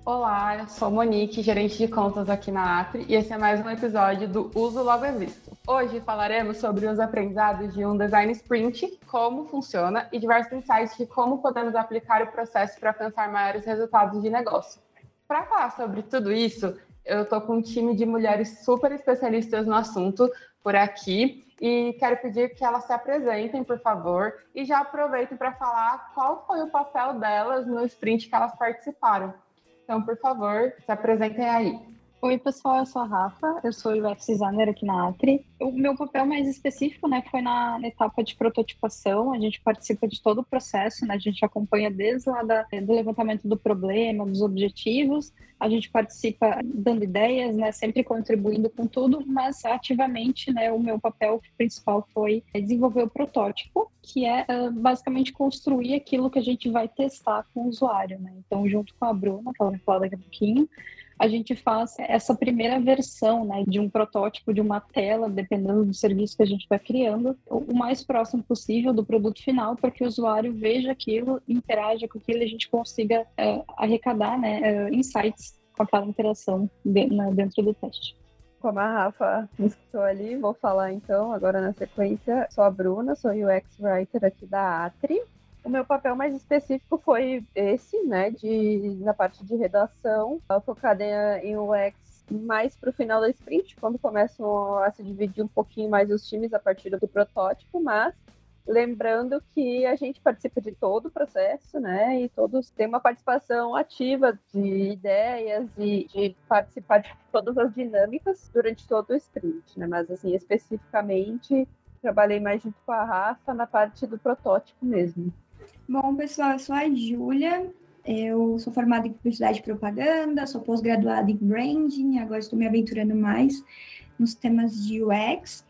Olá, eu sou Monique, gerente de contas aqui na Atri, e esse é mais um episódio do Uso Logo Existo. Hoje falaremos sobre os aprendizados de um design sprint, como funciona e diversos insights de como podemos aplicar o processo para alcançar maiores resultados de negócio. Para falar sobre tudo isso, eu estou com um time de mulheres super especialistas no assunto por aqui e quero pedir que elas se apresentem, por favor, e já aproveitem para falar qual foi o papel delas no sprint que elas participaram. Então, por favor, se apresentem aí. Oi, pessoal, eu sou a Rafa, eu sou UX designer aqui na Atri. O meu papel mais específico, foi na etapa de prototipação. A gente participa de todo o processo, a gente acompanha desde lá do levantamento do problema, dos objetivos. A gente participa dando ideias, sempre contribuindo com tudo, mas ativamente, o meu papel principal foi desenvolver o protótipo, que é basicamente construir aquilo que a gente vai testar com o usuário, Então, junto com a Bruna, que ela vai falar daqui a pouquinho, a gente faz essa primeira versão, de um protótipo, de uma tela, dependendo do serviço que a gente vai criando, o mais próximo possível do produto final, para que o usuário veja aquilo, interaja com aquilo e a gente consiga arrecadar insights com aquela interação dentro do teste. Como a Rafa me escutou ali, vou falar então, agora na sequência. Sou a Bruna, sou UX Writer aqui da Atri. O meu papel mais específico foi esse, na parte de redação, focada em UX mais para o final da sprint, quando começam a se dividir um pouquinho mais os times a partir do protótipo, mas lembrando que a gente participa de todo o processo, e todos têm uma participação ativa de ideias e de participar de todas as dinâmicas durante todo o sprint, Mas, assim, especificamente, trabalhei mais junto com a Rafa na parte do protótipo mesmo. Bom, pessoal, eu sou a Júlia, eu sou formada em Publicidade e Propaganda, sou pós-graduada em Branding, agora estou me aventurando mais nos temas de UX.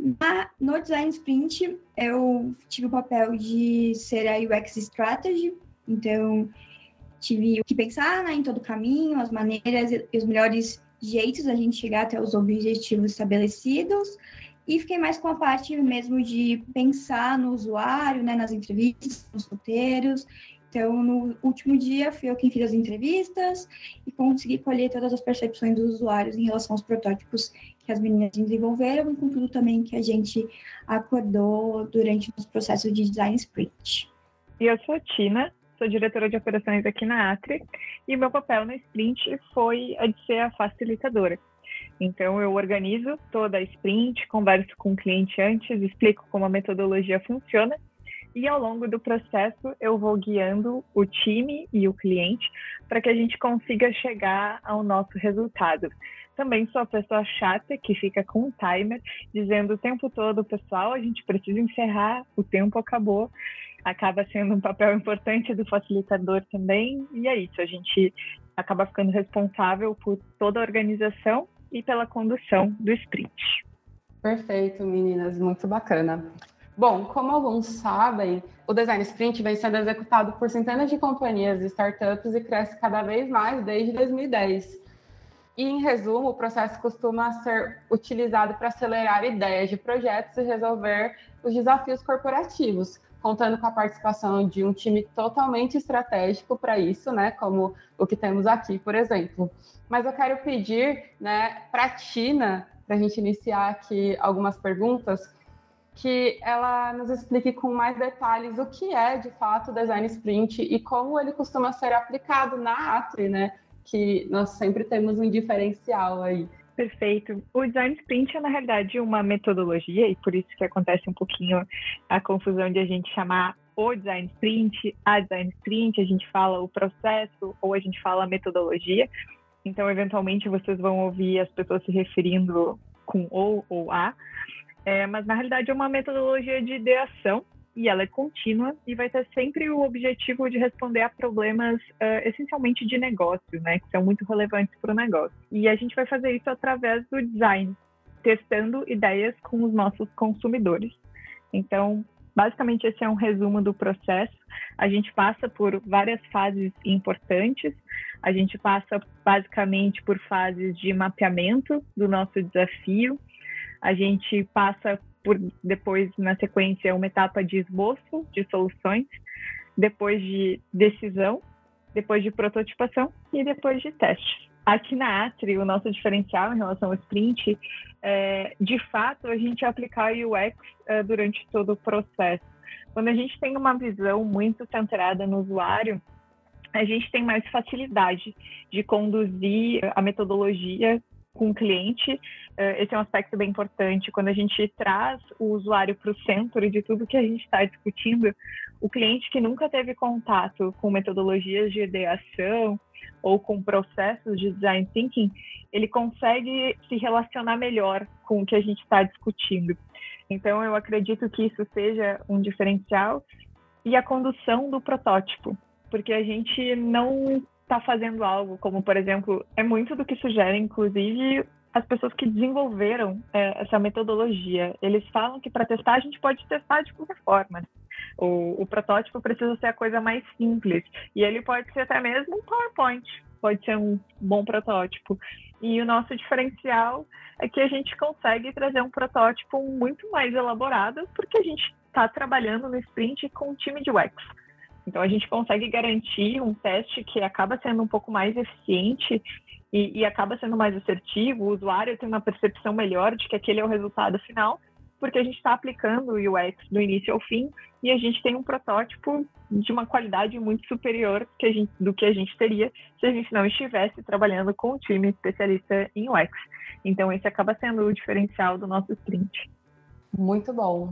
No Design Sprint, eu tive o papel de ser a UX Strategy, então tive que pensar em todo o caminho, as maneiras e os melhores jeitos da gente chegar até os objetivos estabelecidos. E fiquei mais com a parte mesmo de pensar no usuário, nas entrevistas, nos roteiros. Então, no último dia, fui eu quem fiz as entrevistas e consegui colher todas as percepções dos usuários em relação aos protótipos que as meninas desenvolveram e com tudo também que a gente acordou durante os processos de Design Sprint. E eu sou a Tina, sou diretora de operações aqui na Atri e o meu papel na Sprint foi a de ser a facilitadora. Então, eu organizo toda a sprint, converso com o cliente antes, explico como a metodologia funciona e, ao longo do processo, eu vou guiando o time e o cliente para que a gente consiga chegar ao nosso resultado. Também sou a pessoa chata que fica com um timer, dizendo o tempo todo, pessoal, a gente precisa encerrar, o tempo acabou. Acaba sendo um papel importante do facilitador também, e é isso, a gente acaba ficando responsável por toda a organização e pela condução do sprint. Perfeito, meninas, muito bacana. Bom, como alguns sabem, o Design Sprint vem sendo executado por centenas de companhias e startups e cresce cada vez mais desde 2010. E, em resumo, o processo costuma ser utilizado para acelerar ideias de projetos e resolver os desafios corporativos, contando com a participação de um time totalmente estratégico para isso, como o que temos aqui, por exemplo. Mas eu quero pedir para a Tina, para a gente iniciar aqui algumas perguntas, que ela nos explique com mais detalhes o que é, de fato, o Design Sprint e como ele costuma ser aplicado na Atri, que nós sempre temos um diferencial aí. Perfeito. O Design Sprint é, na realidade, uma metodologia, e por isso que acontece um pouquinho a confusão de a gente chamar o Design Sprint, a Design Sprint, a gente fala o processo ou a gente fala a metodologia. Então, eventualmente, vocês vão ouvir as pessoas se referindo com ou a, mas, na realidade, é uma metodologia de ideação e ela é contínua e vai ter sempre o objetivo de responder a problemas essencialmente de negócio, que são muito relevantes para o negócio. E a gente vai fazer isso através do design, testando ideias com os nossos consumidores. Então, basicamente, esse é um resumo do processo. A gente passa por várias fases importantes. A gente passa, basicamente, por fases de mapeamento do nosso desafio. A gente passa por, depois, na sequência, uma etapa de esboço de soluções, depois de decisão, depois de prototipação e depois de teste. Aqui na Atri, o nosso diferencial em relação ao sprint é, de fato, a gente aplicar o UX durante todo o processo. Quando a gente tem uma visão muito centrada no usuário, a gente tem mais facilidade de conduzir a metodologia com o cliente. Esse é um aspecto bem importante. Quando a gente traz o usuário para o centro de tudo que a gente está discutindo, o cliente que nunca teve contato com metodologias de ideação ou com processos de design thinking, ele consegue se relacionar melhor com o que a gente está discutindo. Então, eu acredito que isso seja um diferencial. E a condução do protótipo, porque a gente não está fazendo algo como, por exemplo, é muito do que sugere, inclusive, as pessoas que desenvolveram essa metodologia. Eles falam que para testar, a gente pode testar de qualquer forma. O protótipo precisa ser a coisa mais simples. E ele pode ser até mesmo um PowerPoint. Pode ser um bom protótipo. E o nosso diferencial é que a gente consegue trazer um protótipo muito mais elaborado, porque a gente está trabalhando no sprint com um time de UX. Então, a gente consegue garantir um teste que acaba sendo um pouco mais eficiente e acaba sendo mais assertivo. O usuário tem uma percepção melhor de que aquele é o resultado final, porque a gente está aplicando o UX do início ao fim e a gente tem um protótipo de uma qualidade muito superior do que a gente teria se a gente não estivesse trabalhando com um time especialista em UX. Então, esse acaba sendo o diferencial do nosso sprint. Muito bom.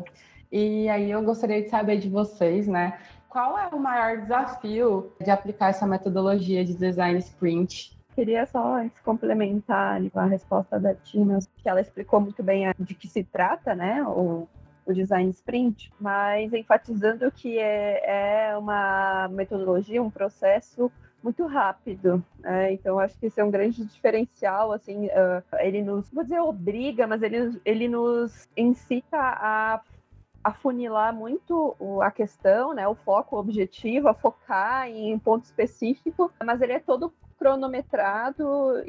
E aí eu gostaria de saber de vocês, né? Qual é o maior desafio de aplicar essa metodologia de design sprint? Queria só antes complementar ali, com a resposta da Tina, que ela explicou muito bem de que se trata, né, o design sprint, mas enfatizando que é uma metodologia, um processo muito rápido, né? Então acho que esse é um grande diferencial, assim, ele nos, vou dizer, obriga, mas ele nos incita a afunilar muito a questão, né, o foco, o objetivo, a focar em ponto específico, mas ele é todo cronometrado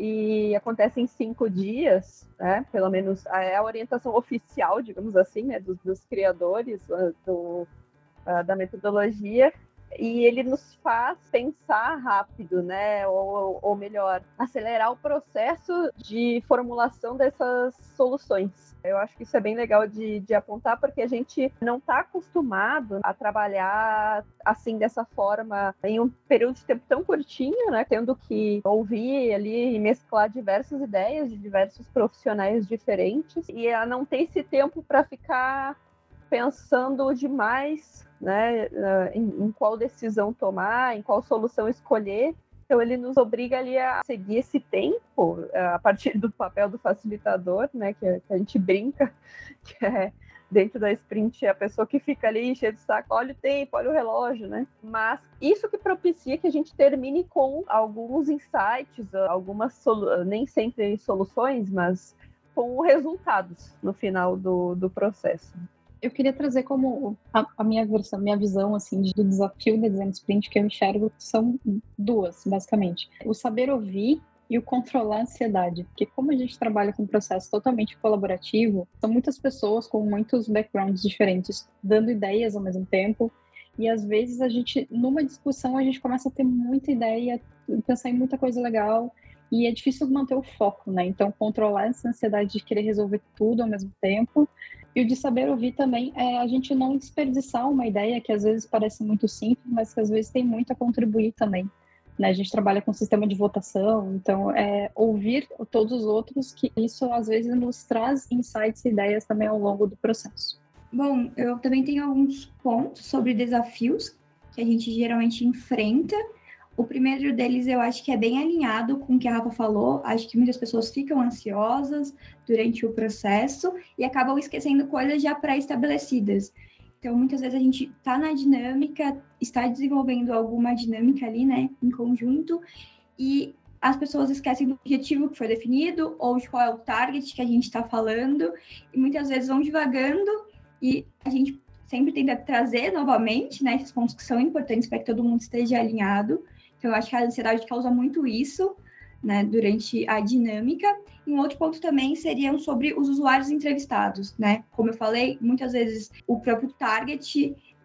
e acontece em 5 dias, né? Pelo menos é a orientação oficial, digamos assim, né, dos criadores da metodologia. E ele nos faz pensar rápido, né? Ou melhor, acelerar o processo de formulação dessas soluções. Eu acho que isso é bem legal de apontar, porque a gente não está acostumado a trabalhar assim, dessa forma, em um período de tempo tão curtinho, né? Tendo que ouvir ali e mesclar diversas ideias de diversos profissionais diferentes, e a não ter esse tempo para ficar pensando demais, né, em qual decisão tomar, em qual solução escolher. Então ele nos obriga ali a seguir esse tempo a partir do papel do facilitador, né, que a gente brinca, que é dentro da sprint a pessoa que fica ali cheia de saco, olha o tempo, olha o relógio, né? Mas isso que propicia que a gente termine com alguns insights, algumas nem sempre soluções, mas com resultados no final do processo. Eu queria trazer como a minha visão assim, do desafio da Design Sprint que eu enxergo são duas, basicamente. O saber ouvir e o controlar a ansiedade. Porque como a gente trabalha com um processo totalmente colaborativo, são muitas pessoas com muitos backgrounds diferentes, dando ideias ao mesmo tempo. E às vezes numa discussão, a gente começa a ter muita ideia, pensar em muita coisa legal, e é difícil manter o foco, né? Então, controlar essa ansiedade de querer resolver tudo ao mesmo tempo. E o de saber ouvir também é a gente não desperdiçar uma ideia que às vezes parece muito simples, mas que às vezes tem muito a contribuir também, né? A gente trabalha com sistema de votação, então ouvir todos os outros, que isso às vezes nos traz insights e ideias também ao longo do processo. Bom, eu também tenho alguns pontos sobre desafios que a gente geralmente enfrenta. O primeiro deles eu acho que é bem alinhado com o que a Rafa falou. Acho que muitas pessoas ficam ansiosas durante o processo e acabam esquecendo coisas já pré-estabelecidas. Então, muitas vezes a gente está na dinâmica, está desenvolvendo alguma dinâmica ali, né, em conjunto, e as pessoas esquecem do objetivo que foi definido ou de qual é o target que a gente está falando, e muitas vezes vão divagando e a gente sempre tenta trazer novamente, né, esses pontos que são importantes para que todo mundo esteja alinhado. Então, eu acho que a ansiedade causa muito isso, né, durante a dinâmica. E um outro ponto também seriam sobre os usuários entrevistados, né? Como eu falei, muitas vezes o próprio target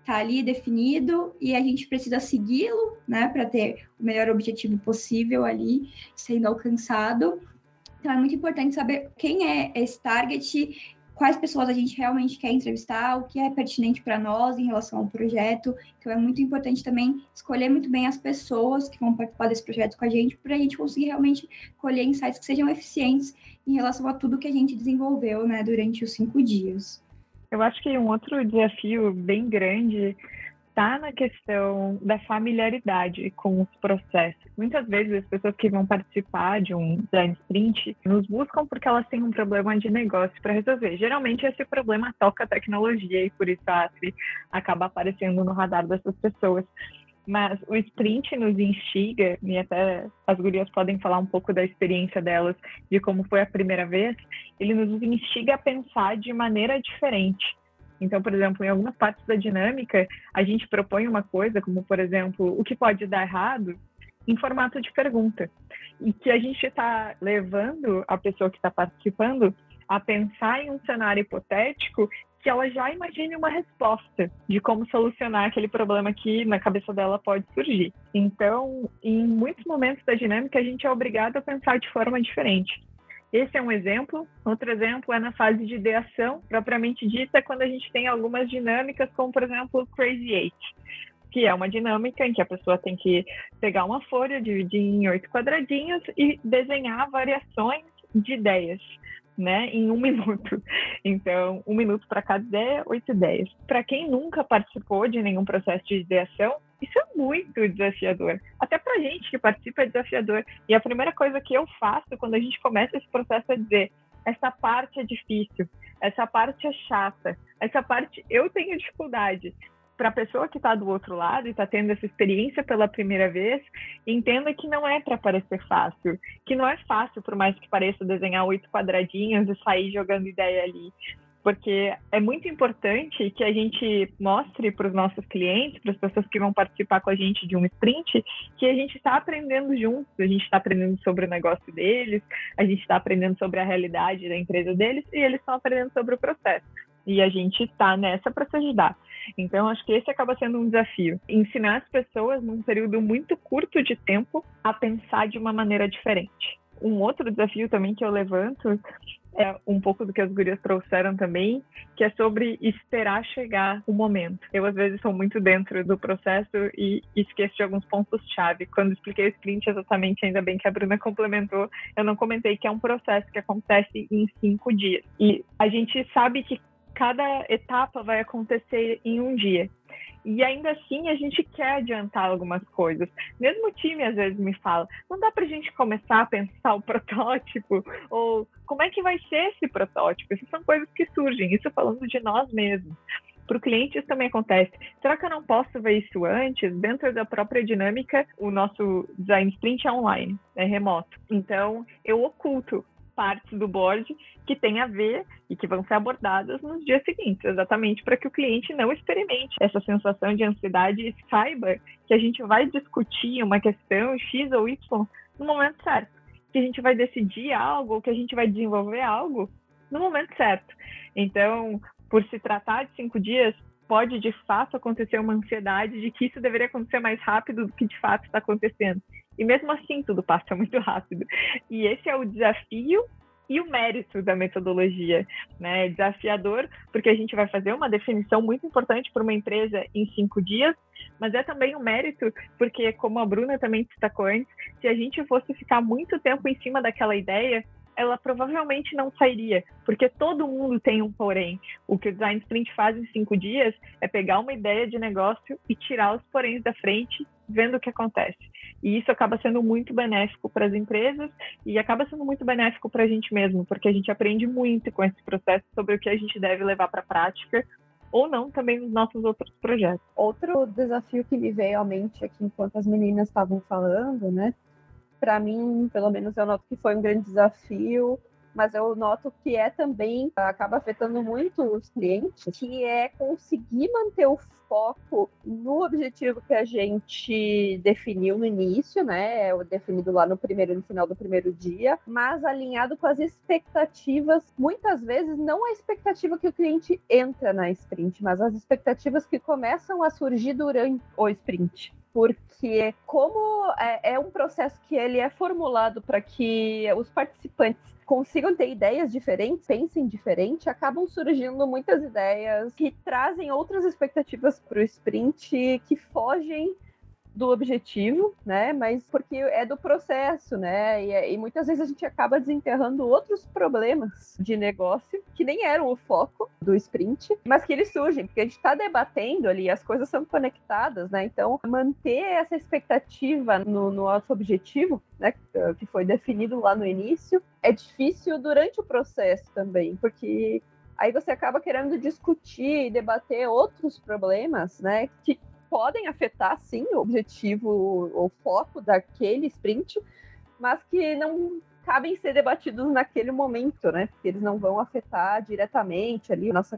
está ali definido e a gente precisa segui-lo, né, para ter o melhor objetivo possível ali sendo alcançado. Então, é muito importante saber quem é esse target, quais pessoas a gente realmente quer entrevistar, o que é pertinente para nós em relação ao projeto. Então, é muito importante também escolher muito bem as pessoas que vão participar desse projeto com a gente, para a gente conseguir realmente colher insights que sejam eficientes em relação a tudo que a gente desenvolveu, né, durante os 5 dias. Eu acho que um outro desafio bem grande está na questão da familiaridade com os processos. Muitas vezes as pessoas que vão participar de um design sprint nos buscam porque elas têm um problema de negócio para resolver. Geralmente esse problema toca a tecnologia e por isso a Atri acaba aparecendo no radar dessas pessoas. Mas o sprint nos instiga, e até as gurias podem falar um pouco da experiência delas, de como foi a primeira vez, ele nos instiga a pensar de maneira diferente. Então, por exemplo, em algumas partes da dinâmica, a gente propõe uma coisa, como, por exemplo, o que pode dar errado, em formato de pergunta. E que a gente está levando a pessoa que está participando a pensar em um cenário hipotético que ela já imagine uma resposta de como solucionar aquele problema que na cabeça dela pode surgir. Então, em muitos momentos da dinâmica, a gente é obrigado a pensar de forma diferente. Esse é um exemplo. Outro exemplo é na fase de ideação, propriamente dita, quando a gente tem algumas dinâmicas, como, por exemplo, o Crazy 8, que é uma dinâmica em que a pessoa tem que pegar uma folha, dividir em 8 quadradinhos e desenhar variações de ideias, né, em 1 minuto. Então, 1 minuto para cada ideia, 8 ideias. Para quem nunca participou de nenhum processo de ideação, isso é muito desafiador. Até para a gente que participa é desafiador. E a primeira coisa que eu faço quando a gente começa esse processo é dizer: essa parte é difícil, essa parte é chata, essa parte eu tenho dificuldade. Para a pessoa que está do outro lado e está tendo essa experiência pela primeira vez, entenda que não é para parecer fácil, que não é fácil, por mais que pareça, desenhar 8 quadradinhos e sair jogando ideia ali. Porque é muito importante que a gente mostre para os nossos clientes, para as pessoas que vão participar com a gente de um sprint, que a gente está aprendendo juntos, a gente está aprendendo sobre o negócio deles, a gente está aprendendo sobre a realidade da empresa deles e eles estão aprendendo sobre o processo. E a gente está nessa para se ajudar. Então, acho que esse acaba sendo um desafio. Ensinar as pessoas, num período muito curto de tempo, a pensar de uma maneira diferente. Um outro desafio também que eu levanto é um pouco do que as gurias trouxeram também, que é sobre esperar chegar o momento. Eu, às vezes, sou muito dentro do processo e esqueço de alguns pontos-chave. Quando expliquei o sprint exatamente, ainda bem que a Bruna complementou, eu não comentei que é um processo que acontece em 5 dias. E a gente sabe que cada etapa vai acontecer em 1 dia. E ainda assim a gente quer adiantar algumas coisas. Mesmo o time às vezes me fala: não dá pra gente começar a pensar o protótipo? Ou como é que vai ser esse protótipo? Essas são coisas que surgem, isso falando de nós mesmos. Para o cliente isso também acontece. Será que eu não posso ver isso antes? Dentro da própria dinâmica, o nosso design sprint é online, é remoto. Então eu oculto partes do board que tem a ver e que vão ser abordadas nos dias seguintes, exatamente para que o cliente não experimente essa sensação de ansiedade e saiba que a gente vai discutir uma questão X ou Y no momento certo, que a gente vai decidir algo ou que a gente vai desenvolver algo no momento certo. Então, por se tratar de 5 dias, pode de fato acontecer uma ansiedade de que isso deveria acontecer mais rápido do que de fato está acontecendo. E mesmo assim, tudo passa muito rápido. E esse é o desafio e o mérito da metodologia, né? Desafiador, porque a gente vai fazer uma definição muito importante para uma empresa em 5 dias, mas é também um mérito, porque, como a Bruna também destacou antes, se a gente fosse ficar muito tempo em cima daquela ideia, ela provavelmente não sairia, porque todo mundo tem um porém. O que o Design Sprint faz em 5 dias é pegar uma ideia de negócio e tirar os poréns da frente, vendo o que acontece. E isso acaba sendo muito benéfico para as empresas e acaba sendo muito benéfico para a gente mesmo, porque a gente aprende muito com esse processo sobre o que a gente deve levar para a prática ou não também nos nossos outros projetos. Outro desafio que me veio à mente aqui enquanto as meninas estavam falando, né? Para mim, pelo menos, eu noto que foi um grande desafio mas eu noto que também acaba afetando muito os clientes, que é conseguir manter o foco no objetivo que a gente definiu no início, né? Definido lá no final do primeiro dia, mas alinhado com as expectativas, muitas vezes não a expectativa que o cliente entra na sprint, mas as expectativas que começam a surgir durante o sprint. Porque como é um processo que ele é formulado para que os participantes consigam ter ideias diferentes, pensem diferente, acabam surgindo muitas ideias que trazem outras expectativas para o sprint que fogem do objetivo, né? Mas porque é do processo, né? E muitas vezes a gente acaba desenterrando outros problemas de negócio que nem eram o foco do sprint, mas que eles surgem, porque a gente está debatendo ali, as coisas são conectadas, né? Então, manter essa expectativa no nosso objetivo, né? Que foi definido lá no início, é difícil durante o processo também, porque aí você acaba querendo discutir e debater outros problemas, né? Que podem afetar, sim, o objetivo, o foco daquele sprint, mas que não cabem ser debatidos naquele momento, né? Porque eles não vão afetar diretamente ali a nossa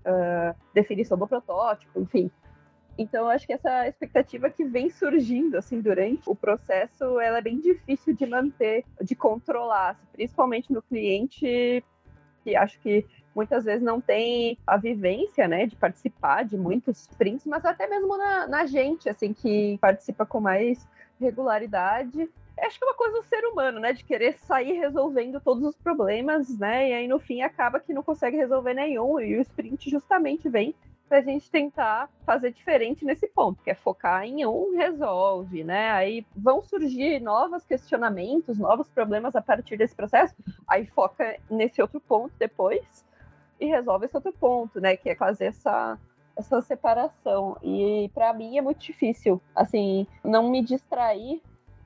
definição do protótipo, enfim. Então, eu acho que essa expectativa que vem surgindo, assim, durante o processo, ela é bem difícil de manter, de controlar, principalmente no cliente, que acho que muitas vezes não tem a vivência, né, de participar de muitos sprints, mas até mesmo na gente, assim, que participa com mais regularidade. Acho que é uma coisa do ser humano, né, de querer sair resolvendo todos os problemas, né, e aí no fim acaba que não consegue resolver nenhum, e o sprint justamente vem para a gente tentar fazer diferente nesse ponto, que é focar em resolve, né? Aí vão surgir novos questionamentos, novos problemas a partir desse processo, aí foca nesse outro ponto depois e resolve esse outro ponto, né? Que é fazer essa separação. E para mim é muito difícil, assim, não me distrair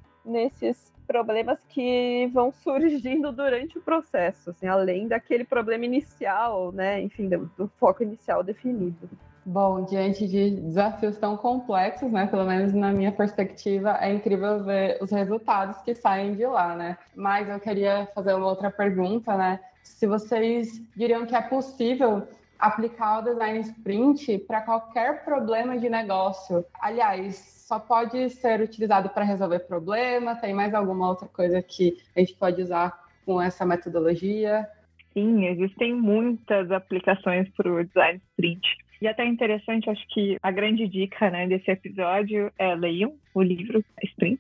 nesses problemas que vão surgindo durante o processo, assim, além daquele problema inicial, né, enfim, do foco inicial definido. Bom, diante de desafios tão complexos, né, pelo menos na minha perspectiva, é incrível ver os resultados que saem de lá, né? Mas eu queria fazer uma outra pergunta, né? Se vocês diriam que é possível aplicar o design sprint para qualquer problema de negócio. Aliás, só pode ser utilizado para resolver problema? Tem mais alguma outra coisa que a gente pode usar com essa metodologia? Sim, existem muitas aplicações para o design sprint. E até interessante, acho que a grande dica, né, desse episódio é leiam o livro Sprint,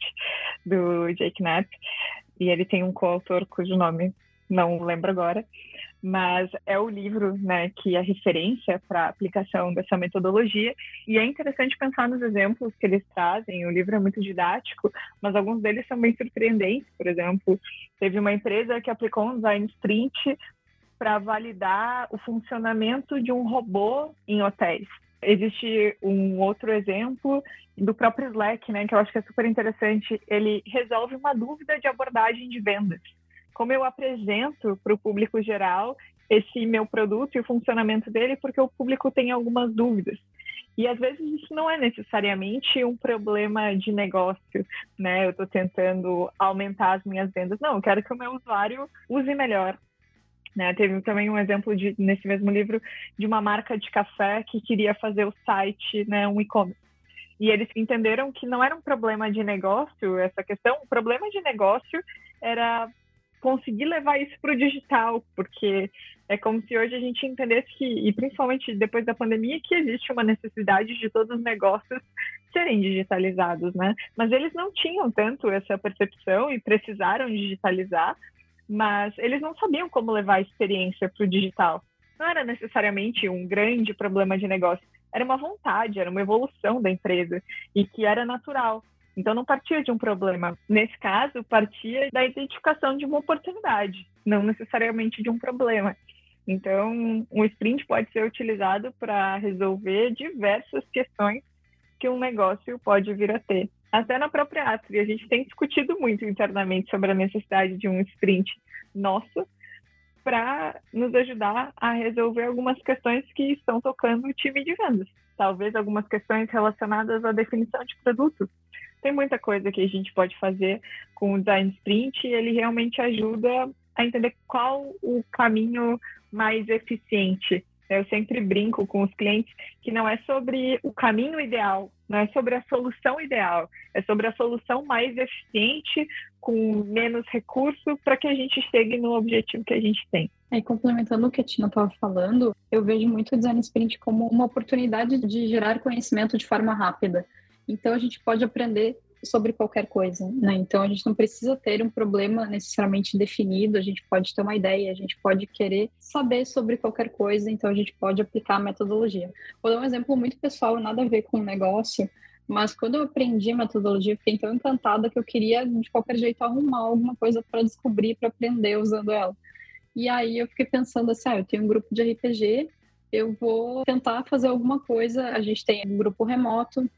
do Jake Knapp. E ele tem um coautor cujo nome não lembro agora, mas é o livro, né, que é referência para a aplicação dessa metodologia, e é interessante pensar nos exemplos que eles trazem. O livro é muito didático, mas alguns deles são bem surpreendentes. Por exemplo, teve uma empresa que aplicou um design sprint para validar o funcionamento de um robô em hotéis. Existe um outro exemplo do próprio Slack, né, que eu acho que é super interessante. Ele resolve uma dúvida de abordagem de vendas. Como eu apresento para o público geral esse meu produto e o funcionamento dele, porque o público tem algumas dúvidas. E às vezes isso não é necessariamente um problema de negócio, né? Eu estou tentando aumentar as minhas vendas. Não, eu quero que o meu usuário use melhor. Né? Teve também um exemplo nesse mesmo livro de uma marca de café que queria fazer o site, né, um e-commerce. E eles entenderam que não era um problema de negócio essa questão. O problema de negócio era conseguir levar isso para o digital, porque é como se hoje a gente entendesse que, e principalmente depois da pandemia, que existe uma necessidade de todos os negócios serem digitalizados, né? Mas eles não tinham tanto essa percepção e precisaram digitalizar, mas eles não sabiam como levar a experiência para o digital. Não era necessariamente um grande problema de negócio, era uma vontade, era uma evolução da empresa, e que era natural. Então, não partia de um problema. Nesse caso, partia da identificação de uma oportunidade, não necessariamente de um problema. Então, um sprint pode ser utilizado para resolver diversas questões que um negócio pode vir a ter. Até na própria Atri, a gente tem discutido muito internamente sobre a necessidade de um sprint nosso para nos ajudar a resolver algumas questões que estão tocando o time de vendas. Talvez algumas questões relacionadas à definição de produto. Tem muita coisa que a gente pode fazer com o design sprint, e ele realmente ajuda a entender qual o caminho mais eficiente. Eu sempre brinco com os clientes que não é sobre o caminho ideal, não é sobre a solução ideal, é sobre a solução mais eficiente, com menos recurso, para que a gente chegue no objetivo que a gente tem. E complementando o que a Tina estava falando, eu vejo muito o Design Sprint como uma oportunidade de gerar conhecimento de forma rápida. Então, a gente pode aprender sobre qualquer coisa, né? Então, a gente não precisa ter um problema necessariamente definido, a gente pode ter uma ideia, a gente pode querer saber sobre qualquer coisa, então a gente pode aplicar a metodologia. Vou dar um exemplo muito pessoal, nada a ver com o negócio, mas quando eu aprendi a metodologia, eu fiquei tão encantada que eu queria, de qualquer jeito, arrumar alguma coisa para descobrir, para aprender usando ela. E aí eu fiquei pensando assim, eu tenho um grupo de RPG, eu vou tentar fazer alguma coisa, a gente tem um grupo remoto,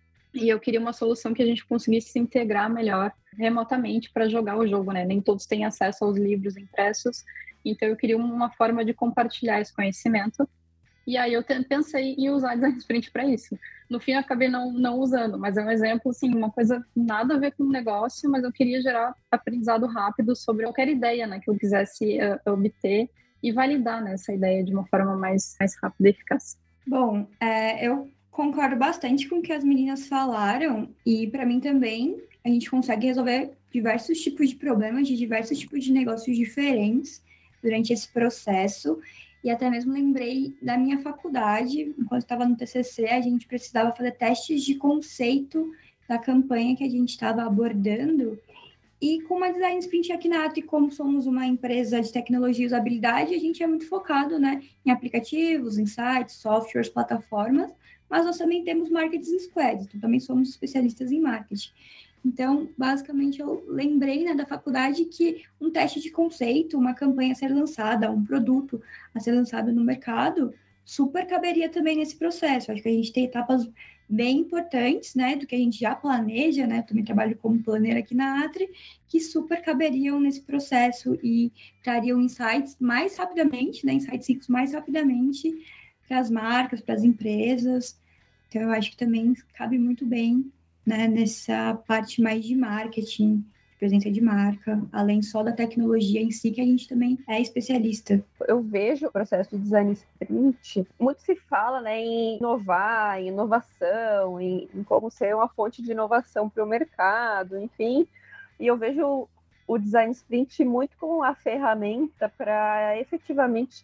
e eu queria uma solução que a gente conseguisse se integrar melhor remotamente para jogar o jogo, né? Nem todos têm acesso aos livros impressos, então eu queria uma forma de compartilhar esse conhecimento. E aí eu pensei em usar Design Sprint para isso. No fim, eu acabei não usando, mas é um exemplo, assim, uma coisa nada a ver com o negócio, mas eu queria gerar aprendizado rápido sobre qualquer ideia, né, que eu quisesse obter e validar, né, essa ideia de uma forma mais rápida e eficaz. Bom, eu concordo bastante com o que as meninas falaram e, para mim também, a gente consegue resolver diversos tipos de problemas de diversos tipos de negócios diferentes durante esse processo. E até mesmo lembrei da minha faculdade, enquanto estava no TCC, a gente precisava fazer testes de conceito da campanha que a gente estava abordando. E com uma Design Sprint aqui na Atri, como somos uma empresa de tecnologia e usabilidade, a gente é muito focado, né, em aplicativos, em sites, softwares, plataformas, mas nós também temos marketing squads, então também somos especialistas em marketing. Então, basicamente, eu lembrei, né, da faculdade que um teste de conceito, uma campanha a ser lançada, um produto a ser lançado no mercado, super caberia também nesse processo. Acho que a gente tem etapas bem importantes, né, do que a gente já planeja, né, eu também trabalho como planner aqui na Atri, que super caberiam nesse processo e trariam insights mais rapidamente, né, insights mais rapidamente para as marcas, para as empresas. Então, eu acho que também cabe muito bem, né, nessa parte mais de marketing, de presença de marca, além só da tecnologia em si, que a gente também é especialista. Eu vejo o processo de design sprint, muito se fala, né, em inovar, em inovação, em como ser uma fonte de inovação para o mercado, enfim, e eu vejo o design sprint muito como uma ferramenta para efetivamente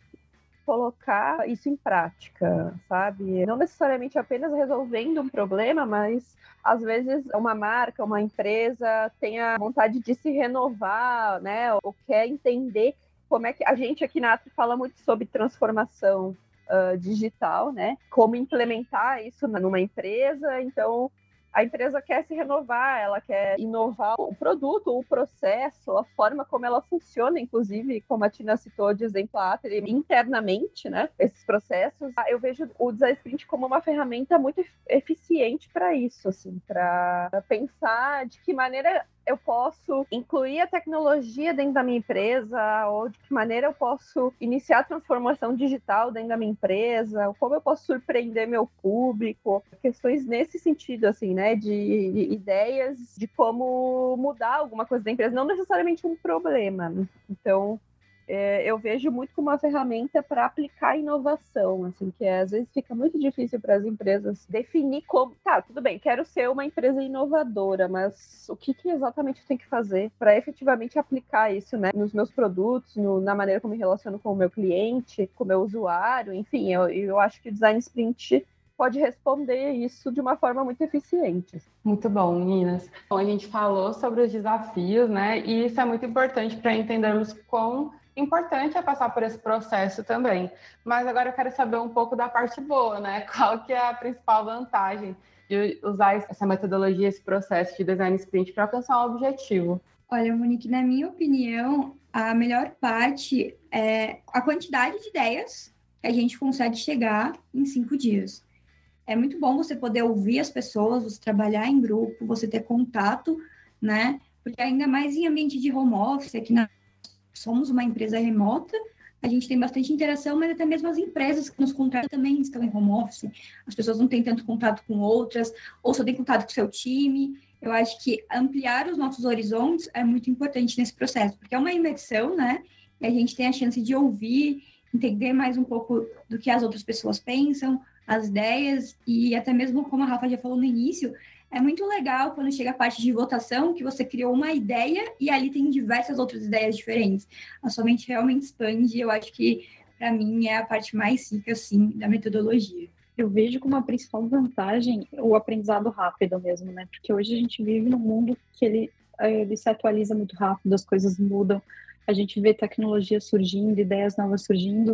colocar isso em prática, sabe? Não necessariamente apenas resolvendo um problema, mas às vezes uma marca, uma empresa tem a vontade de se renovar, né? Ou quer entender como é que a gente aqui na Atri fala muito sobre transformação digital, né? Como implementar isso numa empresa. Então, a empresa quer se renovar, ela quer inovar o produto, o processo, a forma como ela funciona, inclusive, como a Tina citou de exemplo, a Atri, internamente, né? Esses processos. Eu vejo o Design Sprint como uma ferramenta muito eficiente para isso, assim, para pensar de que maneira eu posso incluir a tecnologia dentro da minha empresa, ou de que maneira eu posso iniciar a transformação digital dentro da minha empresa, ou como eu posso surpreender meu público, questões nesse sentido, assim, né, de ideias de como mudar alguma coisa da empresa, não necessariamente um problema. Então, eu vejo muito como uma ferramenta para aplicar inovação, assim, que às vezes fica muito difícil para as empresas definir como, tá, tudo bem, quero ser uma empresa inovadora, mas o que exatamente eu tenho que fazer para efetivamente aplicar isso, né, nos meus produtos, na maneira como me relaciono com o meu cliente, com o meu usuário, enfim, eu acho que o Design Sprint pode responder isso de uma forma muito eficiente. Muito bom, meninas. Bom, a gente falou sobre os desafios, né, e isso é muito importante para entendermos quão importante é passar por esse processo também. Mas agora eu quero saber um pouco da parte boa, né? Qual que é a principal vantagem de usar essa metodologia, esse processo de design sprint para alcançar um objetivo? Olha, Monique, na minha opinião, a melhor parte é a quantidade de ideias que a gente consegue chegar em 5 dias. É muito bom você poder ouvir as pessoas, você trabalhar em grupo, você ter contato, né? Porque ainda mais em ambiente de home office, aqui somos uma empresa remota, a gente tem bastante interação, mas até mesmo as empresas que nos contratam também estão em home office, as pessoas não têm tanto contato com outras, ou só têm contato com o seu time, Eu acho que ampliar os nossos horizontes é muito importante nesse processo, porque é uma imersão, né? E a gente tem a chance de ouvir, entender mais um pouco do que as outras pessoas pensam, as ideias, e até mesmo, como a Rafa já falou no início, é muito legal quando chega a parte de votação, que você criou uma ideia e ali tem diversas outras ideias diferentes. A sua mente realmente expande, e eu acho que, para mim, é a parte mais rica, assim, da metodologia. Eu vejo como a principal vantagem o aprendizado rápido mesmo, né? Porque hoje a gente vive num mundo que ele se atualiza muito rápido, as coisas mudam, a gente vê tecnologia surgindo, ideias novas surgindo,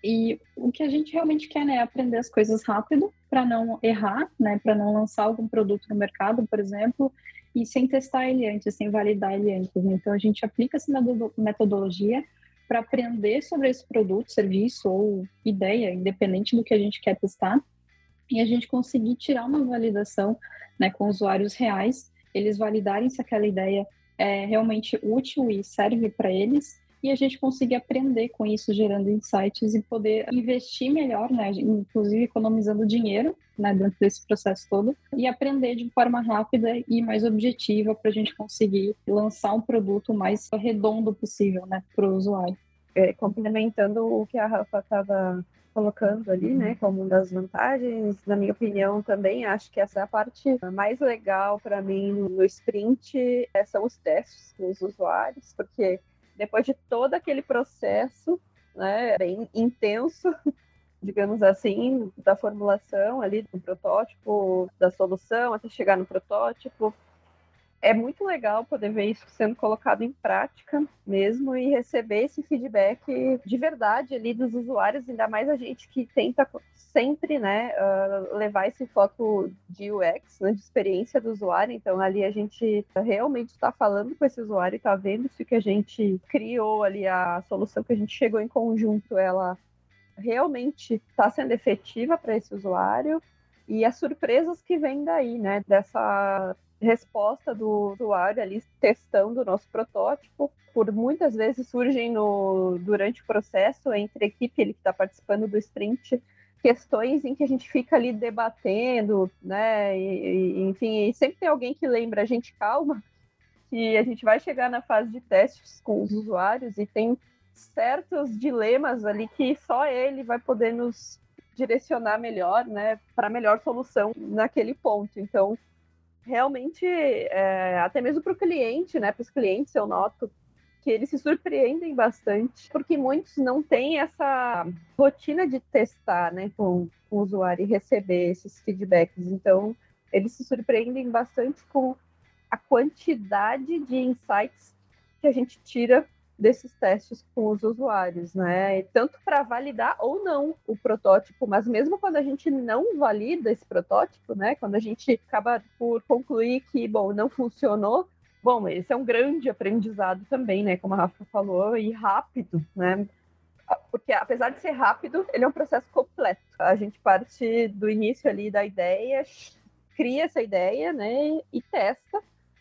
e o que a gente realmente quer, né, é aprender as coisas rápido para não errar, né, para não lançar algum produto no mercado, por exemplo, e sem testar ele antes, sem validar ele antes. Então a gente aplica essa metodologia para aprender sobre esse produto, serviço ou ideia, independente do que a gente quer testar, e a gente conseguir tirar uma validação, né, com usuários reais, eles validarem se aquela ideia é realmente útil e serve para eles, e a gente conseguir aprender com isso, gerando insights e poder investir melhor, né, inclusive economizando dinheiro, né, dentro desse processo todo, e aprender de forma rápida e mais objetiva para a gente conseguir lançar um produto o mais redondo possível, né, para o usuário. Complementando o que a Rafa estava colocando ali, né, como uma das vantagens, na minha opinião também, acho que essa é a parte mais legal para mim no sprint, são os testes com os usuários, porque depois de todo aquele processo, né, bem intenso, digamos assim, da formulação ali do protótipo, da solução, até chegar no protótipo, é muito legal poder ver isso sendo colocado em prática mesmo e receber esse feedback de verdade ali dos usuários, ainda mais a gente que tenta sempre, né, levar esse foco de UX, né, de experiência do usuário. Então ali a gente realmente está falando com esse usuário e está vendo se o que a gente criou ali, a solução que a gente chegou em conjunto, ela realmente está sendo efetiva para esse usuário, e as surpresas que vêm daí, né, dessa resposta do usuário ali testando o nosso protótipo. Por muitas vezes surgem durante o processo, entre a equipe que está participando do sprint, questões em que a gente fica ali debatendo, né, enfim, e sempre tem alguém que lembra a gente, calma, que a gente vai chegar na fase de testes com os usuários e tem certos dilemas ali que só ele vai poder nos direcionar melhor, né, para a melhor solução naquele ponto. Então, realmente, até mesmo para o cliente, né, para os clientes, eu noto que eles se surpreendem bastante, porque muitos não têm essa rotina de testar, né, com o usuário e receber esses feedbacks. Então, eles se surpreendem bastante com a quantidade de insights que a gente tira desses testes com os usuários, né? Tanto para validar ou não o protótipo, mas mesmo quando a gente não valida esse protótipo, né? Quando a gente acaba por concluir que, bom, não funcionou, bom, esse é um grande aprendizado também, né? Como a Rafa falou, e rápido, né? Porque apesar de ser rápido, ele é um processo completo. A gente parte do início ali da ideia, cria essa ideia, né? E testa.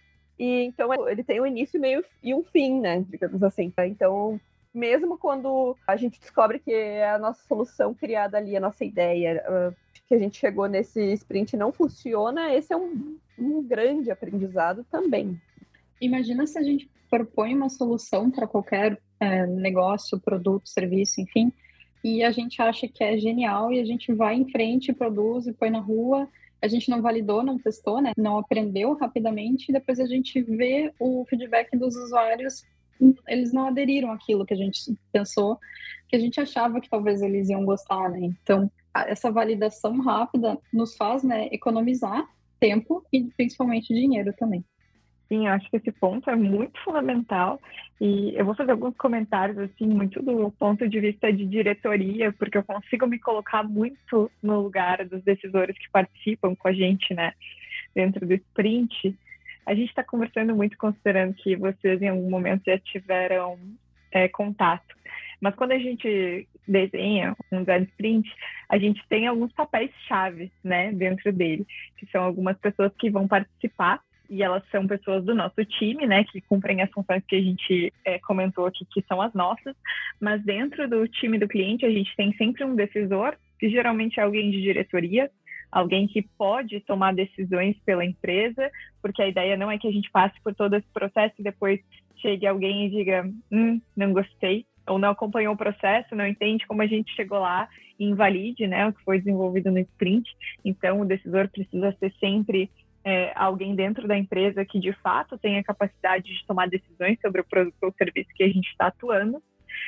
E então ele tem um início, meio e um fim, né, digamos assim. Então, mesmo quando a gente descobre que a nossa solução criada ali, a nossa ideia que a gente chegou nesse sprint não funciona, esse é um grande aprendizado também. Imagina se a gente propõe uma solução para qualquer negócio, produto, serviço, enfim, e a gente acha que é genial e a gente vai em frente, produz e põe na rua. A gente não validou, não testou, né? Não aprendeu rapidamente, e depois a gente vê o feedback dos usuários, eles não aderiram àquilo que a gente pensou, que a gente achava que talvez eles iam gostar, né? Então, essa validação rápida nos faz, né, economizar tempo e principalmente dinheiro também. Sim, eu acho que esse ponto é muito fundamental, e eu vou fazer alguns comentários, assim, muito do ponto de vista de diretoria, porque eu consigo me colocar muito no lugar dos decisores que participam com a gente, né, dentro do sprint. A gente está conversando muito considerando que vocês em algum momento já tiveram contato, mas quando a gente desenha um design sprint, a gente tem alguns papéis-chave, né, dentro dele, que são algumas pessoas que vão participar, e elas são pessoas do nosso time, né, que cumprem as funções que a gente comentou aqui, que são as nossas, mas dentro do time do cliente a gente tem sempre um decisor, que geralmente é alguém de diretoria, alguém que pode tomar decisões pela empresa, porque a ideia não é que a gente passe por todo esse processo e depois chegue alguém e diga, não gostei, ou não acompanhou o processo, não entende como a gente chegou lá e invalide, né, o que foi desenvolvido no sprint. Então, o decisor precisa ser sempre alguém dentro da empresa que, de fato, tenha capacidade de tomar decisões sobre o produto ou serviço que a gente está atuando.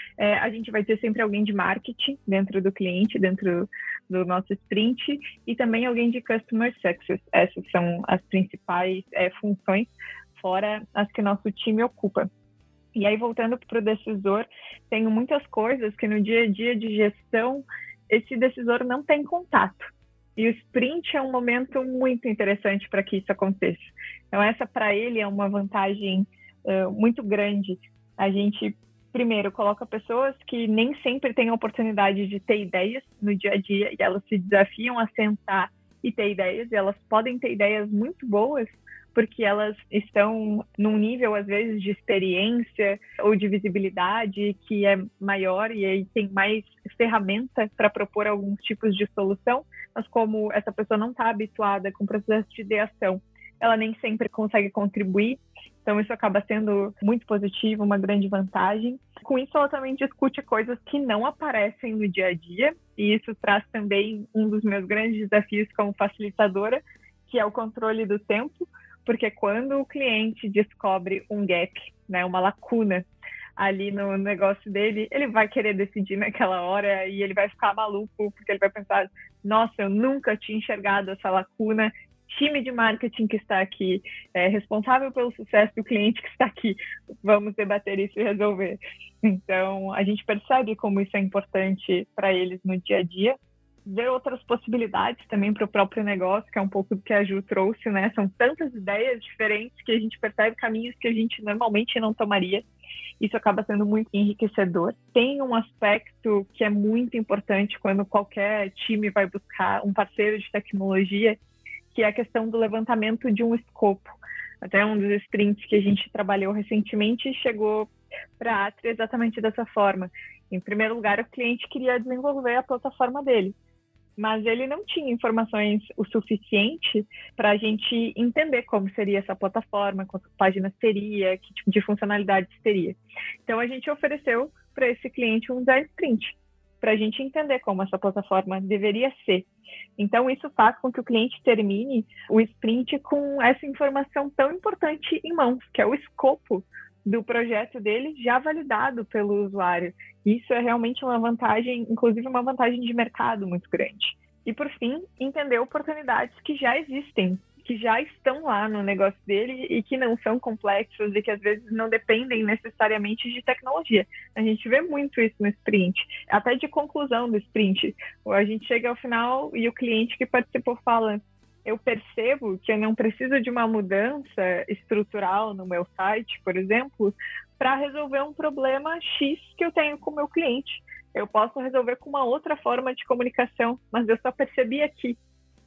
A gente vai ter sempre alguém de marketing dentro do cliente, dentro do nosso sprint, e também alguém de Customer Success. Essas são as principais funções, fora as que nosso time ocupa. E aí, voltando para o decisor, tem muitas coisas que no dia a dia de gestão, esse decisor não tem contato. E o sprint é um momento muito interessante para que isso aconteça. Então, essa para ele é uma vantagem muito grande. A gente, primeiro, coloca pessoas que nem sempre têm a oportunidade de ter ideias no dia a dia, e elas se desafiam a sentar e ter ideias, e elas podem ter ideias muito boas, porque elas estão num nível, às vezes, de experiência ou de visibilidade que é maior, e aí tem mais ferramenta para propor alguns tipos de solução, mas como essa pessoa não está habituada com o processo de ideação, ela nem sempre consegue contribuir, então isso acaba sendo muito positivo, uma grande vantagem. Com isso, ela também discute coisas que não aparecem no dia a dia, e isso traz também um dos meus grandes desafios como facilitadora, que é o controle do tempo, porque quando o cliente descobre um gap, né, uma lacuna ali no negócio dele, ele vai querer decidir naquela hora e ele vai ficar maluco, porque ele vai pensar, nossa, eu nunca tinha enxergado essa lacuna, time de marketing que está aqui, responsável pelo sucesso do cliente que está aqui, vamos debater isso e resolver. Então, a gente percebe como isso é importante para eles no dia a dia. Ver outras possibilidades também para o próprio negócio, que é um pouco do que a Ju trouxe, né? São tantas ideias diferentes que a gente percebe caminhos que a gente normalmente não tomaria. Isso acaba sendo muito enriquecedor. Tem um aspecto que é muito importante quando qualquer time vai buscar um parceiro de tecnologia, que é a questão do levantamento de um escopo. Até um dos sprints que a gente trabalhou recentemente chegou para a Atri exatamente dessa forma. Em primeiro lugar, o cliente queria desenvolver a plataforma dele, mas ele não tinha informações o suficiente para a gente entender como seria essa plataforma, quantas páginas teria, que tipo de funcionalidades teria. Então, a gente ofereceu para esse cliente um design sprint, para a gente entender como essa plataforma deveria ser. Então, isso faz com que o cliente termine o sprint com essa informação tão importante em mãos, que é o escopo do projeto dele já validado pelo usuário. Isso é realmente uma vantagem, inclusive uma vantagem de mercado muito grande. E, por fim, entender oportunidades que já existem, que já estão lá no negócio dele e que não são complexas e que, às vezes, não dependem necessariamente de tecnologia. A gente vê muito isso no sprint, até de conclusão do sprint. A gente chega ao final e o cliente que participou fala: eu percebo que eu não preciso de uma mudança estrutural no meu site, por exemplo, para resolver um problema X que eu tenho com o meu cliente. Eu posso resolver com uma outra forma de comunicação, mas eu só percebi aqui.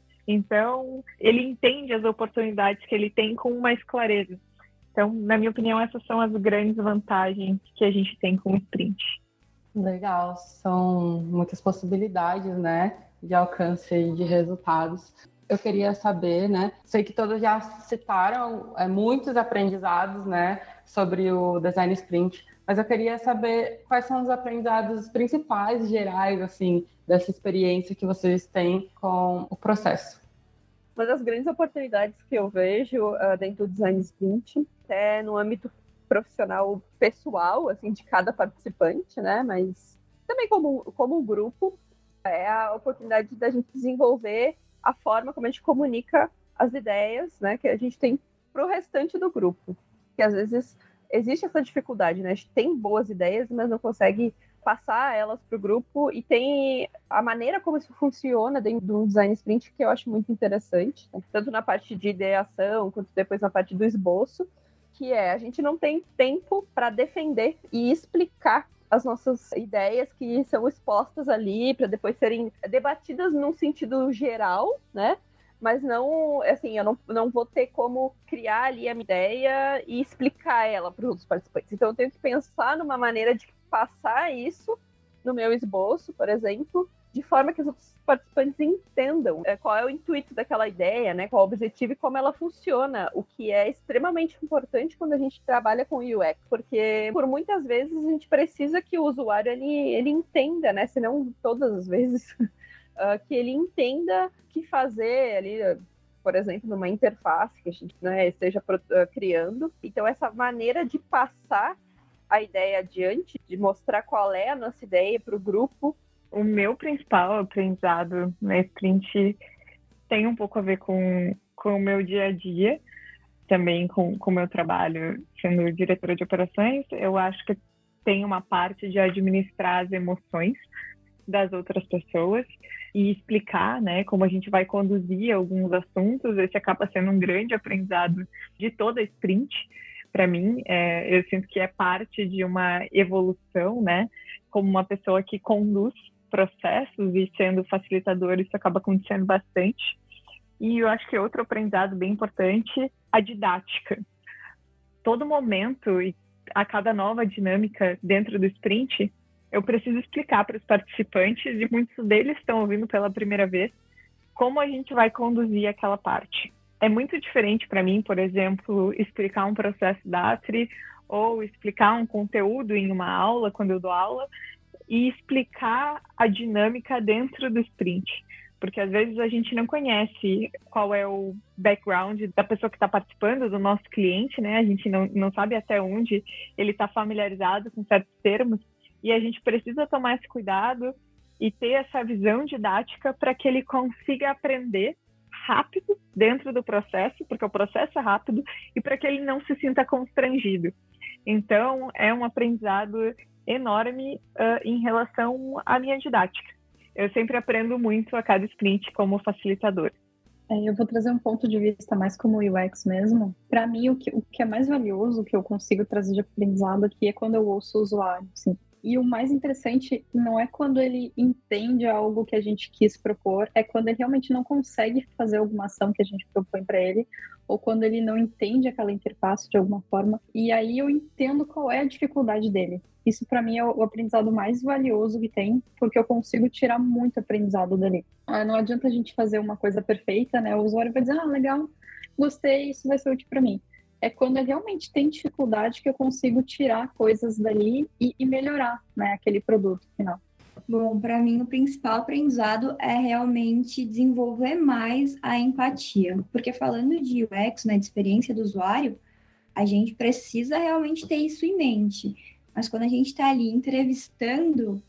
Então, ele entende as oportunidades que ele tem com mais clareza. Então, na minha opinião, essas são as grandes vantagens que a gente tem com o sprint. Legal, são muitas possibilidades, né, de alcance e de resultados. Eu queria saber, né, sei que todos já citaram muitos aprendizados, né, sobre o design sprint, mas eu queria saber quais são os aprendizados principais, gerais, assim, dessa experiência que vocês têm com o processo. Uma das grandes oportunidades que eu vejo dentro do design sprint é no âmbito profissional pessoal, assim, de cada participante, né, mas também como um grupo, é a oportunidade da gente desenvolver a forma como a gente comunica as ideias, né, que a gente tem para o restante do grupo. Que às vezes existe essa dificuldade, né? A gente tem boas ideias, mas não consegue passar elas para o grupo, e tem a maneira como isso funciona dentro do design sprint que eu acho muito interessante, né? Tanto na parte de ideação, quanto depois na parte do esboço, que a gente não tem tempo para defender e explicar as nossas ideias que são expostas ali para depois serem debatidas num sentido geral, né? Mas não, assim, eu não vou ter como criar ali a minha ideia e explicar ela para os outros participantes. Então, eu tenho que pensar numa maneira de passar isso no meu esboço, por exemplo, de forma que os outros participantes entendam qual é o intuito daquela ideia, né, qual é o objetivo e como ela funciona, o que é extremamente importante quando a gente trabalha com UX, porque por muitas vezes a gente precisa que o usuário ele entenda, né, se não todas as vezes, que ele entenda o que fazer ali, por exemplo, numa interface que a gente, né, esteja criando. Então, essa maneira de passar a ideia adiante, de mostrar qual é a nossa ideia para o grupo. O meu principal aprendizado na sprint tem um pouco a ver com o meu dia a dia, também com o meu trabalho sendo diretora de operações. Eu acho que tem uma parte de administrar as emoções das outras pessoas e explicar, né, como a gente vai conduzir alguns assuntos. Esse acaba sendo um grande aprendizado de toda a sprint. Para mim, eu sinto que é parte de uma evolução, né, como uma pessoa que conduz processos e sendo facilitador, isso acaba acontecendo bastante. E eu acho que outro aprendizado bem importante, a didática. Todo momento e a cada nova dinâmica dentro do sprint, eu preciso explicar para os participantes, e muitos deles estão ouvindo pela primeira vez, como a gente vai conduzir aquela parte. É muito diferente para mim, por exemplo, explicar um processo da Atri ou explicar um conteúdo em uma aula, quando eu dou aula, e explicar a dinâmica dentro do sprint. Porque às vezes a gente não conhece qual é o background da pessoa que está participando, do nosso cliente, né? A gente não sabe até onde ele está familiarizado com certos termos, e a gente precisa tomar esse cuidado e ter essa visão didática para que ele consiga aprender rápido dentro do processo, porque o processo é rápido, e para que ele não se sinta constrangido. Então, é um aprendizado enorme em relação à minha didática. Eu sempre aprendo muito a cada sprint como facilitador. Eu vou trazer um ponto de vista mais como UX mesmo. Para mim, o que é mais valioso, que eu consigo trazer de aprendizado aqui, é quando eu ouço o usuário, assim. E o mais interessante não é quando ele entende algo que a gente quis propor, é quando ele realmente não consegue fazer alguma ação que a gente propõe para ele, ou quando ele não entende aquela interface de alguma forma. E aí eu entendo qual é a dificuldade dele. Isso para mim é o aprendizado mais valioso que tem, porque eu consigo tirar muito aprendizado dali. Não adianta a gente fazer uma coisa perfeita, né? O usuário vai dizer, legal, gostei, isso vai ser útil para mim. É quando ele realmente tem dificuldade que eu consigo tirar coisas dali e melhorar, né, aquele produto final. Bom, para mim o principal aprendizado é realmente desenvolver mais a empatia, porque falando de UX, né, de experiência do usuário, a gente precisa realmente ter isso em mente. Mas quando a gente está ali entrevistando,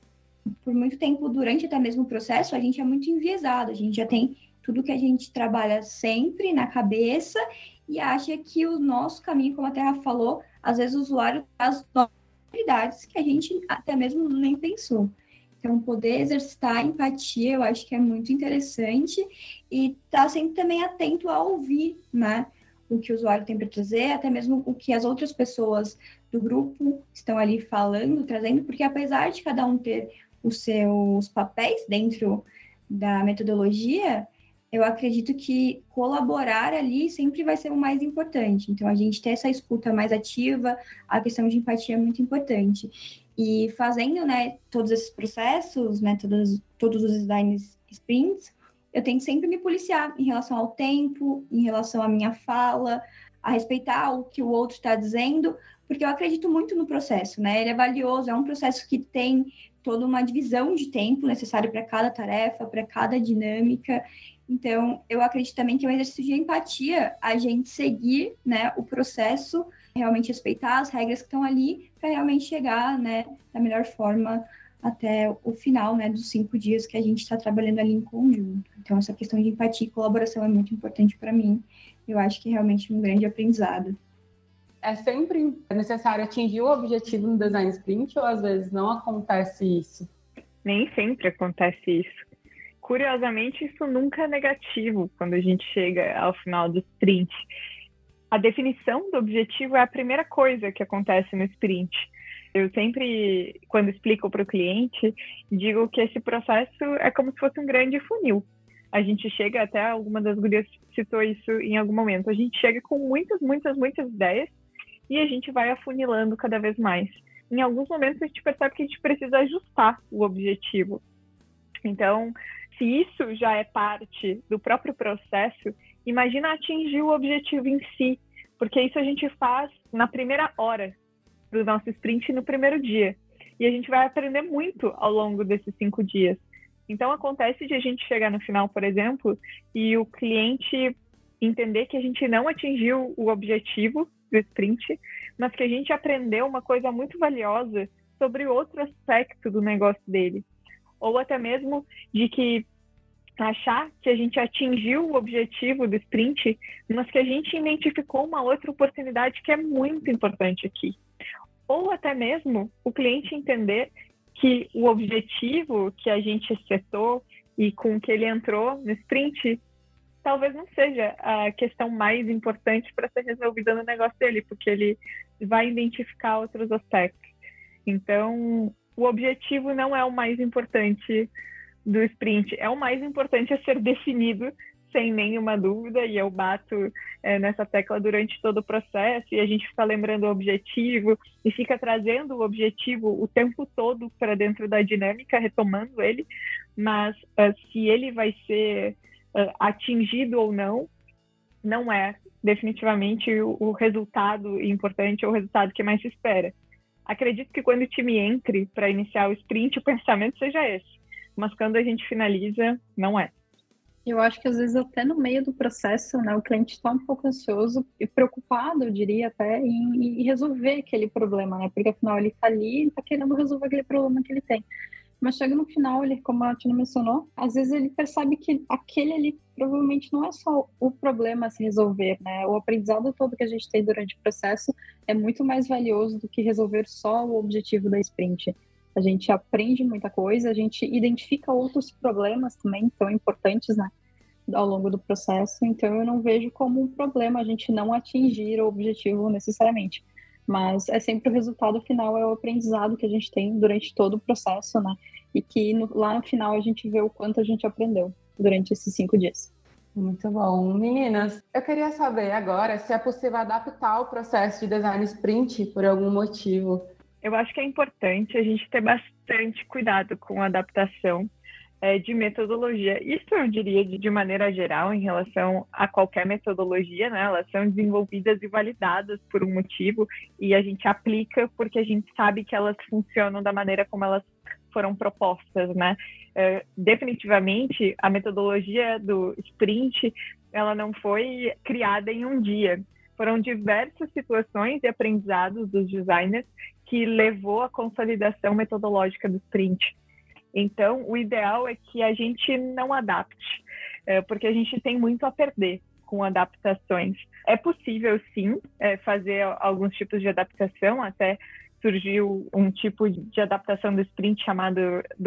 por muito tempo, durante até mesmo o processo, a gente é muito enviesado, a gente já tem tudo que a gente trabalha sempre na cabeça e acha que o nosso caminho, como a Terra falou, às vezes o usuário traz novidades que a gente até mesmo nem pensou. Então, poder exercitar a empatia, eu acho que é muito interessante e estar sempre também atento a ouvir, né, o que o usuário tem para trazer, até mesmo o que as outras pessoas do grupo estão ali falando, trazendo, porque apesar de cada um ter os seus papéis dentro da metodologia, eu acredito que colaborar ali sempre vai ser o mais importante. Então, a gente ter essa escuta mais ativa, a questão de empatia é muito importante. E fazendo, né, todos esses processos, né, todos os designs sprints, eu tenho que sempre me policiar em relação ao tempo, em relação à minha fala, a respeitar o que o outro está dizendo, porque eu acredito muito no processo, né? Ele é valioso, é um processo que tem toda uma divisão de tempo necessário para cada tarefa, para cada dinâmica. Então, eu acredito também que é um exercício de empatia a gente seguir, né, o processo, realmente respeitar as regras que estão ali para realmente chegar, né, da melhor forma até o final, né, dos 5 dias que a gente está trabalhando ali em conjunto. Então, essa questão de empatia e colaboração é muito importante para mim. Eu acho que é realmente um grande aprendizado. É sempre necessário atingir o objetivo no design sprint ou às vezes não acontece isso? Nem sempre acontece isso. Curiosamente, isso nunca é negativo quando a gente chega ao final do sprint. A definição do objetivo é a primeira coisa que acontece no sprint. Eu sempre, quando explico para o cliente, digo que esse processo é como se fosse um grande funil. A gente chega, até alguma das gurias citou isso em algum momento, a gente chega com muitas ideias e a gente vai afunilando cada vez mais. Em alguns momentos a gente percebe que a gente precisa ajustar o objetivo. Então, se isso já é parte do próprio processo, imagina atingir o objetivo em si, porque isso a gente faz na primeira hora do nosso sprint, no primeiro dia. E a gente vai aprender muito ao longo desses 5 dias. Então, acontece de a gente chegar no final, por exemplo, e o cliente entender que a gente não atingiu o objetivo do sprint, mas que a gente aprendeu uma coisa muito valiosa sobre outro aspecto do negócio dele. Ou até mesmo de que achar que a gente atingiu o objetivo do sprint, mas que a gente identificou uma outra oportunidade que é muito importante aqui. Ou até mesmo o cliente entender que o objetivo que a gente setou e com que ele entrou no sprint talvez não seja a questão mais importante para ser resolvida no negócio dele, porque ele vai identificar outros aspectos. Então, o objetivo não é o mais importante do sprint, é o mais importante a ser definido sem nenhuma dúvida, e eu bato nessa tecla durante todo o processo, e a gente fica lembrando o objetivo, e fica trazendo o objetivo o tempo todo para dentro da dinâmica, retomando ele, mas se ele vai ser atingido ou não, não é definitivamente o resultado importante ou o resultado que mais se espera. Acredito que quando o time entre para iniciar o sprint, o pensamento seja esse, mas quando a gente finaliza, não é. Eu acho que às vezes até no meio do processo, né, o cliente está um pouco ansioso e preocupado, eu diria até, em resolver aquele problema, né? Porque afinal ele está ali, ele está querendo resolver aquele problema que ele tem. Mas chega no final, ele, como a Tina mencionou, às vezes ele percebe que aquele ali provavelmente não é só o problema a se resolver, né? O aprendizado todo que a gente tem durante o processo é muito mais valioso do que resolver só o objetivo da sprint. A gente aprende muita coisa, a gente identifica outros problemas também tão importantes, né, ao longo do processo. Então, eu não vejo como um problema a gente não atingir o objetivo necessariamente. Mas é sempre o resultado final, é o aprendizado que a gente tem durante todo o processo, né? E que lá no final a gente vê o quanto a gente aprendeu durante esses 5 dias. Muito bom. Meninas, eu queria saber agora se é possível adaptar o processo de design sprint por algum motivo. Eu acho que é importante a gente ter bastante cuidado com a adaptação de metodologia. Isso eu diria de maneira geral em relação a qualquer metodologia, né? Elas são desenvolvidas e validadas por um motivo e a gente aplica porque a gente sabe que elas funcionam da maneira como elas foram propostas, né? Definitivamente, a metodologia do sprint, ela não foi criada em um dia. Foram diversas situações e aprendizados dos designers que levou à consolidação metodológica do sprint. Então, o ideal é que a gente não adapte, porque a gente tem muito a perder com adaptações. É possível, sim, fazer alguns tipos de adaptação, até surgiu um tipo de adaptação do sprint chamado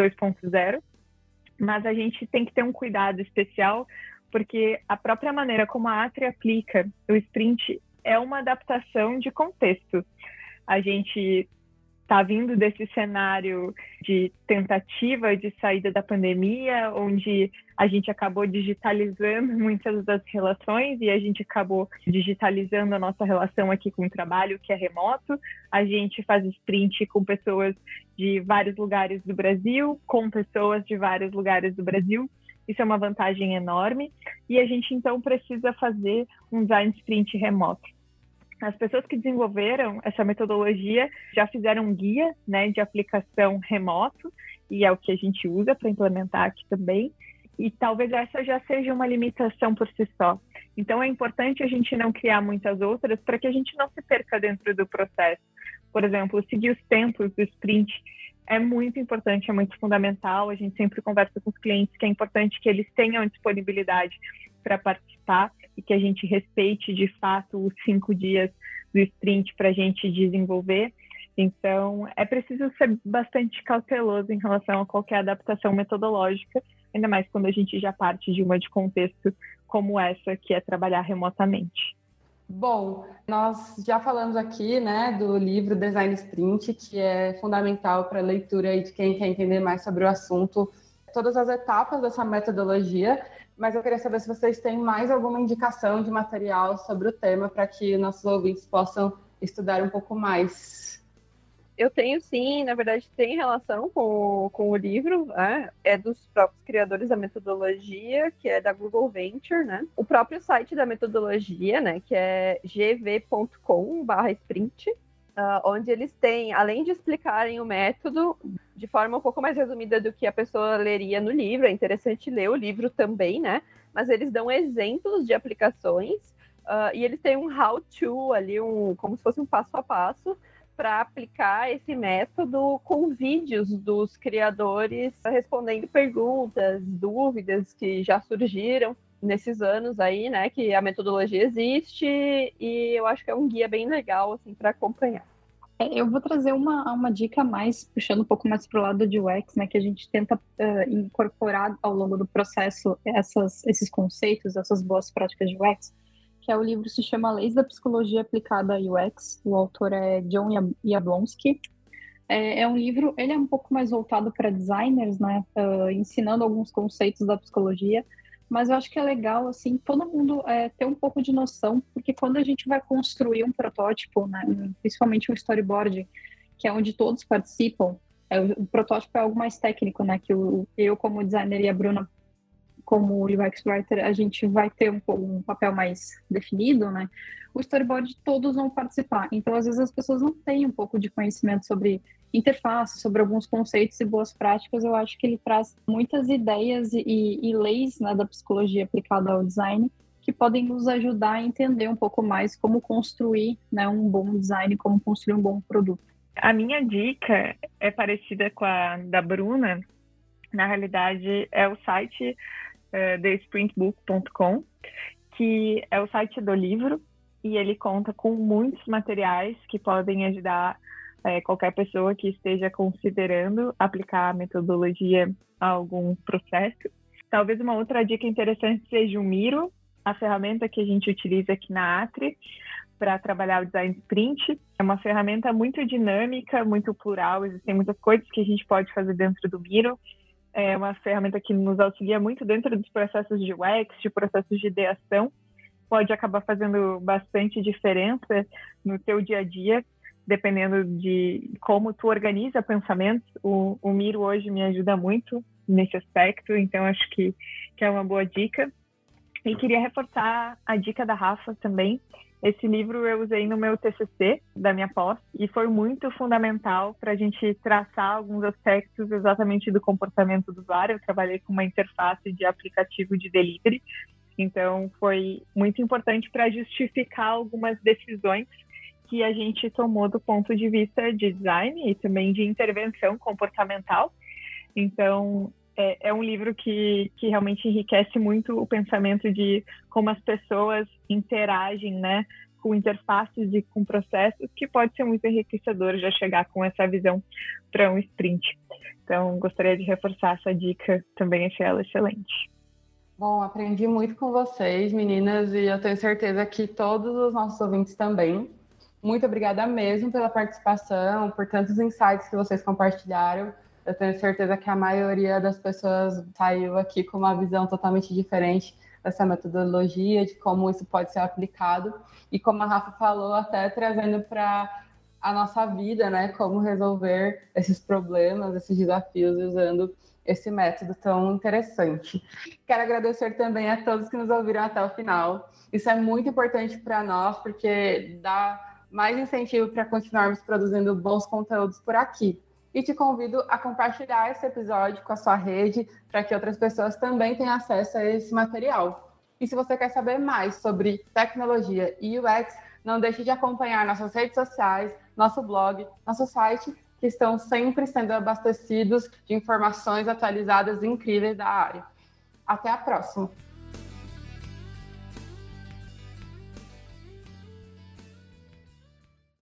2.0, mas a gente tem que ter um cuidado especial, porque a própria maneira como a Atri aplica o sprint é uma adaptação de contexto. A gente está vindo desse cenário de tentativa de saída da pandemia, onde a gente acabou digitalizando muitas das relações e a gente acabou digitalizando a nossa relação aqui com o trabalho, que é remoto. A gente faz sprint com pessoas de vários lugares do Brasil, com pessoas de vários lugares do Brasil. Isso é uma vantagem enorme. E a gente, então, precisa fazer um design sprint remoto. As pessoas que desenvolveram essa metodologia já fizeram um guia, né, de aplicação remoto, e é o que a gente usa para implementar aqui também. E talvez essa já seja uma limitação por si só. Então, é importante a gente não criar muitas outras para que a gente não se perca dentro do processo. Por exemplo, seguir os tempos do sprint é muito importante, é muito fundamental. A gente sempre conversa com os clientes que é importante que eles tenham disponibilidade para participar e que a gente respeite, de fato, os 5 dias do sprint para a gente desenvolver. Então, é preciso ser bastante cauteloso em relação a qualquer adaptação metodológica, ainda mais quando a gente já parte de uma de contexto como essa, que é trabalhar remotamente. Bom, nós já falamos aqui, né, do livro Design Sprint, que é fundamental para a leitura aí de quem quer entender mais sobre o assunto, todas as etapas dessa metodologia, mas eu queria saber se vocês têm mais alguma indicação de material sobre o tema para que nossos ouvintes possam estudar um pouco mais. Eu tenho sim, na verdade tem relação com o livro, né? É dos próprios criadores da metodologia, que é da Google Venture, né? O próprio site da metodologia, né, que é gv.com/sprint, onde eles têm, além de explicarem o método de forma um pouco mais resumida do que a pessoa leria no livro, é interessante ler o livro também, né? Mas eles dão exemplos de aplicações e eles têm um how-to ali, como se fosse um passo a passo, para aplicar esse método com vídeos dos criadores respondendo perguntas, dúvidas que já surgiram nesses anos aí, né, que a metodologia existe, e eu acho que é um guia bem legal, assim, para acompanhar. Eu vou trazer uma dica mais, puxando um pouco mais para o lado de UX, né, que a gente tenta incorporar ao longo do processo esses conceitos, essas boas práticas de UX, que é o livro se chama Leis da Psicologia Aplicada a UX, o autor é John Jablonski. É um livro, ele é um pouco mais voltado para designers, né, ensinando alguns conceitos da psicologia, mas eu acho que é legal, assim, todo mundo ter um pouco de noção, porque quando a gente vai construir um protótipo, né, principalmente um storyboard, que é onde todos participam, o protótipo é algo mais técnico, né, que eu como designer e a Bruna como UX Writer, a gente vai ter um papel mais definido, né? O storyboard todos vão participar. Então, às vezes, as pessoas não têm um pouco de conhecimento sobre interface, sobre alguns conceitos e boas práticas. Eu acho que ele traz muitas ideias e leis, né, da psicologia aplicada ao design que podem nos ajudar a entender um pouco mais como construir, né, um bom design, como construir um bom produto. A minha dica é parecida com a da Bruna. Na realidade, é o site thesprintbook.com, que é o site do livro, e ele conta com muitos materiais que podem ajudar qualquer pessoa que esteja considerando aplicar a metodologia a algum processo. Talvez uma outra dica interessante seja o Miro, a ferramenta que a gente utiliza aqui na Atri para trabalhar o design sprint. É uma ferramenta muito dinâmica, muito plural, existem muitas coisas que a gente pode fazer dentro do Miro. É uma ferramenta que nos auxilia muito dentro dos processos de UX, de processos de ideação. Pode acabar fazendo bastante diferença no teu dia a dia, dependendo de como tu organiza pensamentos. O Miro hoje me ajuda muito nesse aspecto, então acho que é uma boa dica. E queria reforçar a dica da Rafa também. Esse livro eu usei no meu TCC da minha pós e foi muito fundamental para a gente traçar alguns aspectos exatamente do comportamento do usuário. Eu trabalhei com uma interface de aplicativo de delivery, então foi muito importante para justificar algumas decisões que a gente tomou do ponto de vista de design e também de intervenção comportamental. Então, é um livro que realmente enriquece muito o pensamento de como as pessoas interagem, né, com interfaces e com processos, que pode ser muito enriquecedor já chegar com essa visão para um sprint. Então, gostaria de reforçar essa dica, também achei ela excelente. Bom, aprendi muito com vocês, meninas, e eu tenho certeza que todos os nossos ouvintes também. Muito obrigada mesmo pela participação, por tantos insights que vocês compartilharam. Eu tenho certeza que a maioria das pessoas saiu aqui com uma visão totalmente diferente dessa metodologia, de como isso pode ser aplicado. E como a Rafa falou, até trazendo para a nossa vida, né? Como resolver esses problemas, esses desafios usando esse método tão interessante. Quero agradecer também a todos que nos ouviram até o final. Isso é muito importante para nós, porque dá mais incentivo para continuarmos produzindo bons conteúdos por aqui. E te convido a compartilhar esse episódio com a sua rede para que outras pessoas também tenham acesso a esse material. E se você quer saber mais sobre tecnologia e UX, não deixe de acompanhar nossas redes sociais, nosso blog, nosso site, que estão sempre sendo abastecidos de informações atualizadas e incríveis da área. Até a próxima!